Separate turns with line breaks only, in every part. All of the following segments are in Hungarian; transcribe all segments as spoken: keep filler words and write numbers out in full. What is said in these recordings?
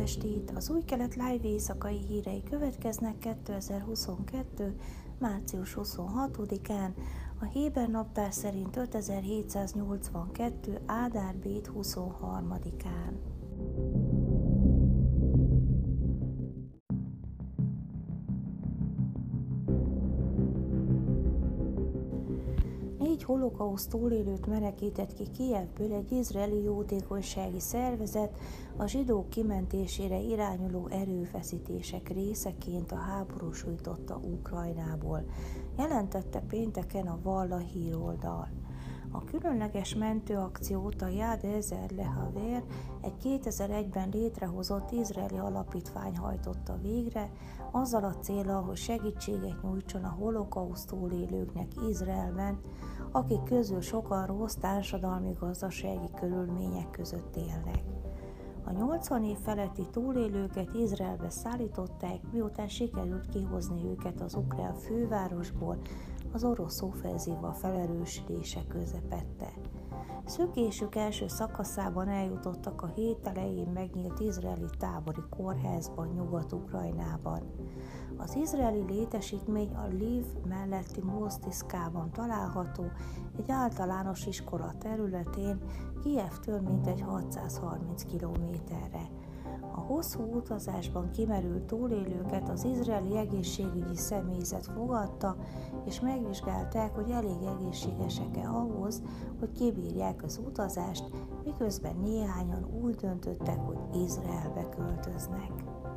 estét! Az Új Kelet Live éjszakai hírei következnek kétezer-huszonkettő. március huszonhatodikán, a héber naptár szerint ötezer-hétszáznyolcvankettő. Ádár Bét huszonharmadikán. Négy holokauszt túlélőt menekített ki Kijevből egy izraeli jótékonysági szervezet a zsidók kimentésére irányuló erőfeszítések részeként a háború sújtotta Ukrajnából, jelentette pénteken a Valla híroldal. A különleges mentőakciót a Yad Ezer Lehaver, egy kétezer-egyben létrehozott izraeli alapítvány hajtotta végre, azzal a céllal, hogy segítséget nyújtson a holokauszt túlélőknek Izraelben, akik közül sokan rossz társadalmi-gazdasági körülmények között élnek. A nyolcvan év feletti túlélőket Izraelbe szállították, miután sikerült kihozni őket az ukrán fővárosból az orosz offenzíva felerősödése közepette. Szökésük első szakaszában eljutottak a hét elején megnyílt izraeli tábori kórházban Nyugat-Ukrajnában. Az izraeli létesítmény a Lviv melletti Mosztiszkában található, egy általános iskola területén, Kijevtől mintegy hatszázharminc kilométerre. A hosszú utazásban kimerült túlélőket az izraeli egészségügyi személyzet fogadta, és megvizsgálták, hogy elég egészségesek-e ahhoz, hogy kibírják az utazást, miközben néhányan úgy döntöttek, hogy Izraelbe költöznek.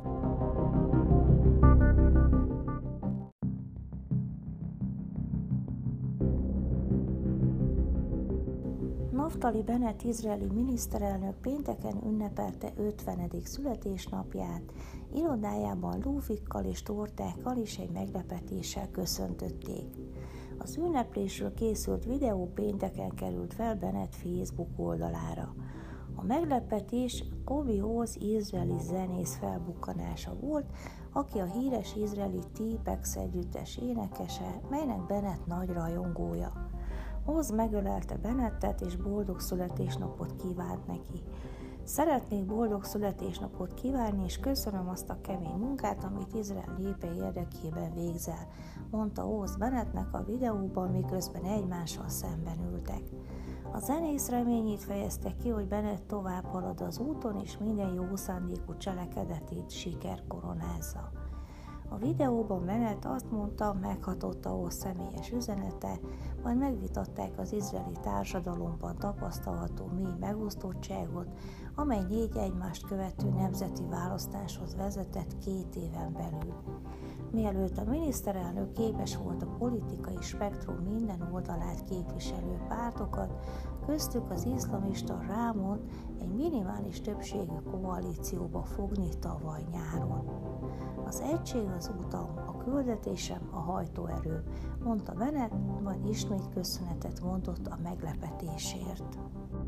Naftali Bennett izraeli miniszterelnök pénteken ünnepelte ötvenedik születésnapját, irodájában lúfikkal és tortákkal is egy meglepetéssel köszöntötték. Az ünneplésről készült videó pénteken került fel Bennett Facebook oldalára. A meglepetés Kobi Oz izraeli zenész felbukkanása volt, aki a híres izraeli T-Pex együttes énekese, melynek Bennett nagy rajongója. Oz megölelte Bennettet és boldog születésnapot kívánt neki. Szeretnék boldog születésnapot kívánni, és köszönöm azt a kemény munkát, amit Izrael népe érdekében végzel, mondta Oz Bennettnek a videóban, miközben egymással szemben ültek. A zenész reményét fejezte ki, hogy Bennett tovább halad az úton, és minden jó szándékú cselekedetét siker koronázza. A videóban Bennett azt mondta, meghatotta Oz személyes üzenete, majd megvitatták az izraeli társadalomban tapasztalható mély megosztottságot, amely négy egymást követő nemzeti választáshoz vezetett két éven belül. Mielőtt a miniszterelnök képes volt a politikai spektrum minden oldalát képviselő pártokat, köztük az iszlamista Rámon egy minimális többségű koalícióba fogni tavaly nyáron. Az egység az utam, a küldetésem a hajtóerő, mondta Bennett, majd ismét köszönetet mondott a meglepetésért.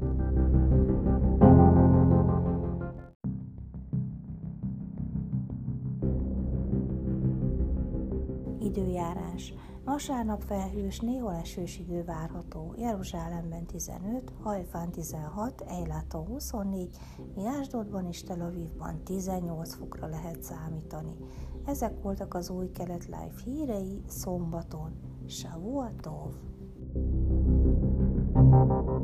Időjárás. Vasárnap felhős, néhol esős idő várható. Jeruzsálemben tizenöt, Hajfán tizenhat, Eiláton huszonnégy, míg Ásdodban és Tel Avivban tizennyolc fokra lehet számítani. Ezek voltak az Új Kelet Live hírei szombaton. Shavua Tov!